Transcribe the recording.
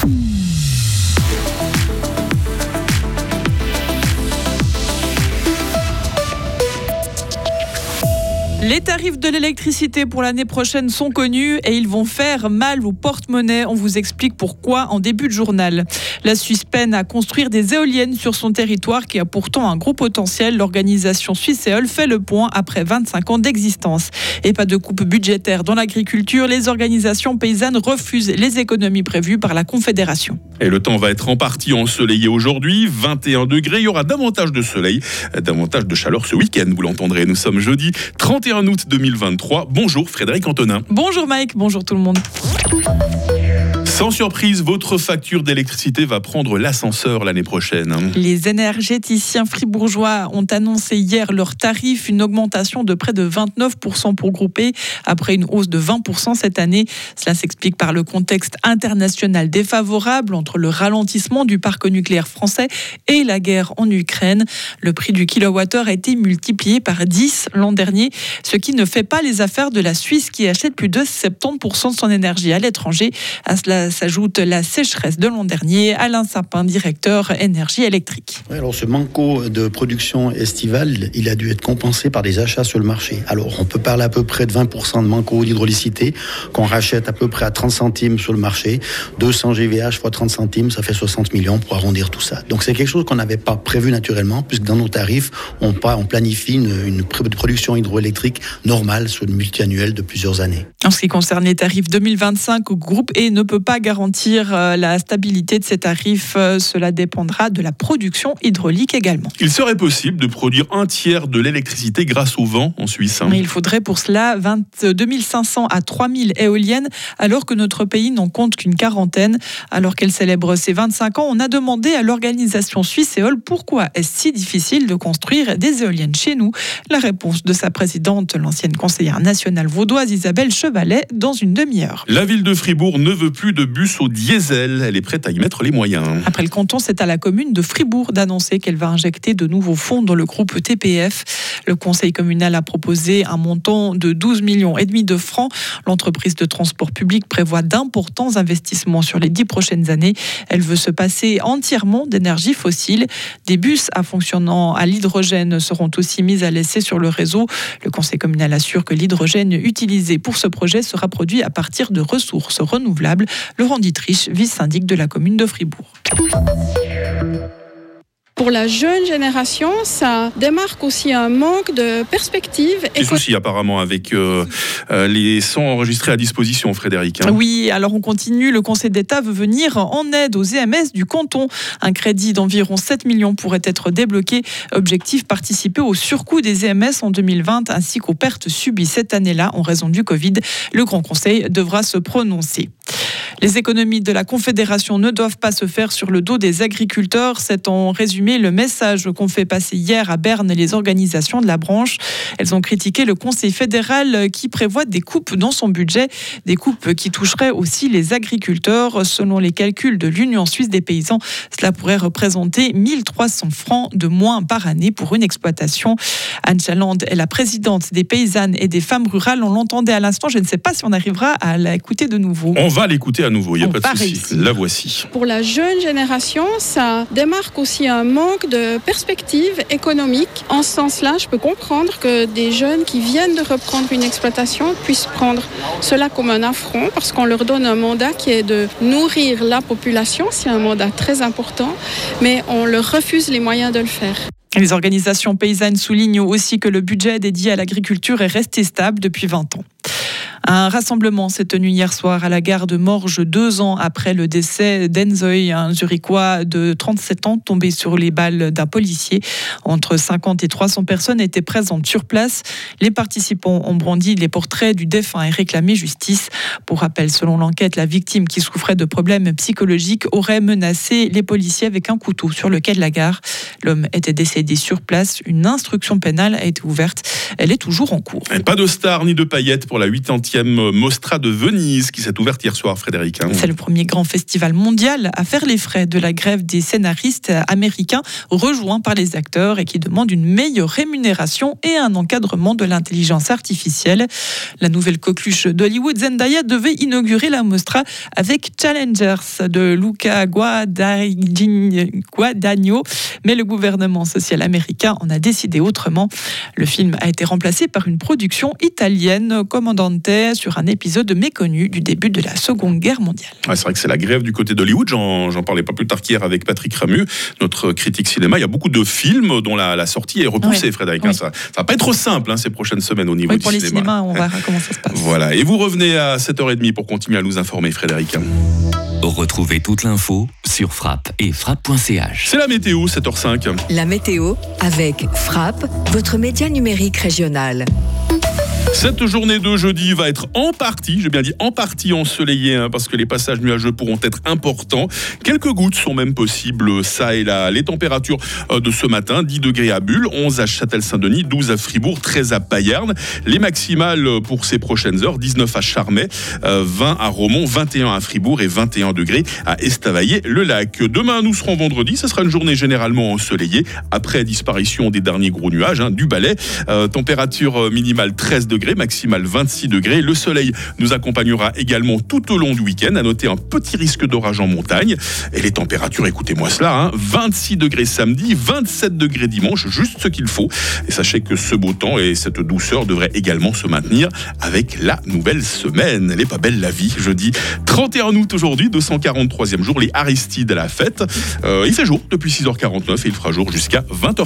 Les tarifs de l'électricité pour l'année prochaine sont connus et ils vont faire mal au porte-monnaie. On vous explique pourquoi en début de journal. La Suisse peine à construire des éoliennes sur son territoire qui a pourtant un gros potentiel. L'organisation Suisséole fait le point après 25 ans d'existence. Et pas de coupe budgétaire dans l'agriculture. Les organisations paysannes refusent les économies prévues par la Confédération. Et le temps va être en partie ensoleillé aujourd'hui, 21 degrés. Il y aura davantage de soleil, davantage de chaleur ce week-end. Vous l'entendrez, nous sommes jeudi 31 août 2023. Bonjour Frédéric Antonin. Bonjour Mike, bonjour tout le monde. Sans surprise, votre facture d'électricité va prendre l'ascenseur l'année prochaine. Les énergéticiens fribourgeois ont annoncé hier leurs tarifs, une augmentation de près de 29% pour grouper, après une hausse de 20% cette année. Cela s'explique par le contexte international défavorable entre le ralentissement du parc nucléaire français et la guerre en Ukraine. Le prix du kilowattheure a été multiplié par 10 l'an dernier, ce qui ne fait pas les affaires de la Suisse qui achète plus de 70% de son énergie à l'étranger. À cela s'ajoute la sécheresse de l'an dernier. Alain Sapin, directeur énergie électrique. Oui, alors ce manque de production estivale, il a dû être compensé par des achats sur le marché. Alors on peut parler à peu près de 20% de manque d'hydraulicité qu'on rachète à peu près à 30 centimes sur le marché. 200 GVH fois 30 centimes, ça fait 60 millions pour arrondir tout ça. Donc c'est quelque chose qu'on n'avait pas prévu naturellement, puisque dans nos tarifs, on planifie une production hydroélectrique normale sur une multi-annuelle de plusieurs années. En ce qui concerne les tarifs 2025, le groupe E ne peut pas garantir la stabilité de ces tarifs. Cela dépendra de la production hydraulique également. Il serait possible de produire un tiers de l'électricité grâce au vent en Suisse. Mais il faudrait pour cela 22 500 à 3 000 éoliennes, alors que notre pays n'en compte qu'une quarantaine. Alors qu'elle célèbre ses 25 ans, on a demandé à l'organisation Suisséole pourquoi est-ce si difficile de construire des éoliennes chez nous. La réponse de sa présidente, l'ancienne conseillère nationale vaudoise Isabelle Chevalet, dans une demi-heure. La ville de Fribourg ne veut plus de bus au diesel. Elle est prête à y mettre les moyens. Après le canton, c'est à la commune de Fribourg d'annoncer qu'elle va injecter de nouveaux fonds dans le groupe TPF. Le conseil communal a proposé un montant de 12,5 millions de francs. L'entreprise de transport public prévoit d'importants investissements sur les 10 prochaines années. Elle veut se passer entièrement d'énergie fossile. Des bus fonctionnant à l'hydrogène seront aussi mis à l'essai sur le réseau. Le conseil communal assure que l'hydrogène utilisé pour ce projet sera produit à partir de ressources renouvelables. Laurent Dietrich, vice-syndic de la commune de Fribourg. Pour la jeune génération, ça démarque aussi un manque de perspective. Des soucis apparemment avec les sons enregistrés à disposition, Frédéric. Oui, alors on continue. Le Conseil d'État veut venir en aide aux EMS du canton. Un crédit d'environ 7 millions pourrait être débloqué. Objectif, participer au surcoût des EMS en 2020 ainsi qu'aux pertes subies cette année-là en raison du Covid. Le Grand Conseil devra se prononcer. Les économies de la Confédération ne doivent pas se faire sur le dos des agriculteurs. C'est en résumé le message qu'ont fait passer hier à Berne les organisations de la branche. Elles ont critiqué le Conseil fédéral qui prévoit des coupes dans son budget, des coupes qui toucheraient aussi les agriculteurs. Selon les calculs de l'Union suisse des paysans, cela pourrait représenter 1 300 francs de moins par année pour une exploitation. Anne Chaland est la présidente des paysannes et des femmes rurales. On l'entendait à l'instant, je ne sais pas si on arrivera à l'écouter de nouveau. On va l'écouter à nouveau, il n'y a pas de souci. La voici. Pour la jeune génération, ça démarque aussi un manque de perspective économique. En ce sens-là, je peux comprendre que des jeunes qui viennent de reprendre une exploitation puissent prendre cela comme un affront parce qu'on leur donne un mandat qui est de nourrir la population. C'est un mandat très important, mais on leur refuse les moyens de le faire. Les organisations paysannes soulignent aussi que le budget dédié à l'agriculture est resté stable depuis 20 ans. Un rassemblement s'est tenu hier soir à la gare de Morges, 2 ans après le décès d'Enzoy, un Zurichois de 37 ans tombé sur les balles d'un policier. Entre 50 et 300 personnes étaient présentes sur place. Les participants ont brandi les portraits du défunt et réclamé justice. Pour rappel, selon l'enquête, la victime qui souffrait de problèmes psychologiques aurait menacé les policiers avec un couteau sur le quai de la gare. L'homme était décédé sur place. Une instruction pénale a été ouverte. Elle est toujours en cours. Et pas de star ni de paillettes pour la 80e 20e Mostra de Venise qui s'est ouverte hier soir, Frédéric. C'est le premier grand festival mondial à faire les frais de la grève des scénaristes américains, rejoints par les acteurs et qui demande une meilleure rémunération et un encadrement de l'intelligence artificielle. La nouvelle coqueluche d'Hollywood, Zendaya, devait inaugurer la Mostra avec Challengers de Luca Guadagnino, mais le gouvernement social américain en a décidé autrement. Le film a été remplacé par une production italienne, Comandante, sur un épisode méconnu du début de la Seconde Guerre mondiale. Ouais, c'est vrai que c'est la grève du côté d'Hollywood. J'en parlais pas plus tard qu'hier avec Patrick Ramu, notre critique cinéma. Il y a beaucoup de films dont la sortie est repoussée, Frédéric. Ça va pas être trop simple ces prochaines semaines au niveau du cinéma. Pour les cinémas, on verra comment ça se passe. Voilà. Et vous revenez à 7h30 pour continuer à nous informer, Frédéric. Retrouvez toute l'info sur Frappe et frappe.ch. C'est la météo, 7h05. La météo avec Frappe, votre média numérique régional. Cette journée de jeudi va être en partie, j'ai bien dit en partie ensoleillée, parce que les passages nuageux pourront être importants. Quelques gouttes sont même possibles, ça et là. Les températures de ce matin, 10 degrés à Bulle, 11 à Châtel-Saint-Denis, 12 à Fribourg, 13 à Payerne. Les maximales pour ces prochaines heures, 19 à Charmey, 20 à Romont, 21 à Fribourg et 21 degrés à Estavayer-le-Lac. Demain, nous serons vendredi, ce sera une journée généralement ensoleillée, après disparition des derniers gros nuages, du balai. Température minimale 13 degrés, maximale 26 degrés. Le soleil nous accompagnera également tout au long du week-end. À noter un petit risque d'orage en montagne. Et les températures, écoutez-moi cela, 26 degrés samedi, 27 degrés dimanche, juste ce qu'il faut. Et sachez que ce beau temps et cette douceur devraient également se maintenir avec la nouvelle semaine. Elle est pas belle la vie, jeudi 31 août aujourd'hui, 243e jour, les Aristides à la fête. Il fait jour depuis 6h49 et il fera jour jusqu'à 20h.